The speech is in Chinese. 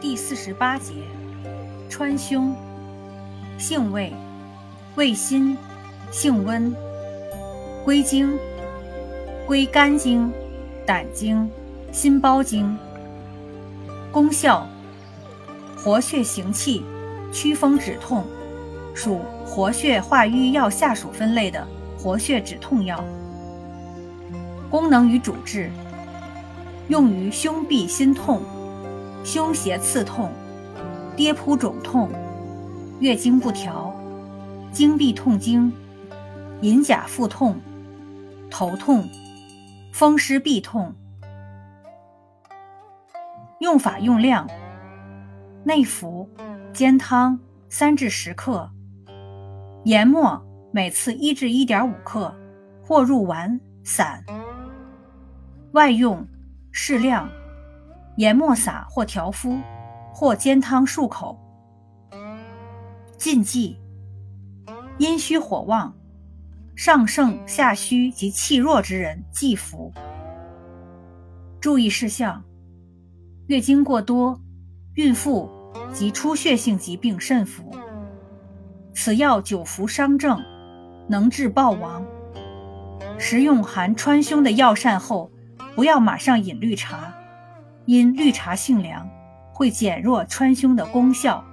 第48节，川芎。性味，味辛，性温，归经，归肝经、胆经、心包经。功效，活血行气，祛风止痛，属活血化瘀药下属分类的活血止痛药。功能与主治，用于胸痹心痛、胸胁刺痛、跌扑肿痛、月经不调、经闭痛经、隐甲腹痛、头痛、风湿痹痛。用法用量，内服，煎汤3至10克，研末每次1至1.5克，或入丸散。外用，适量，研末撒或调敷，或煎汤数口。禁忌，阴虚火旺、上盛下虚及气弱之人忌服。注意事项，月经过多、孕妇及出血性疾病慎服。此药久服伤正，能致暴亡。食用含川芎的药膳后，不要马上饮绿茶，因绿茶性凉，会减弱川芎的功效。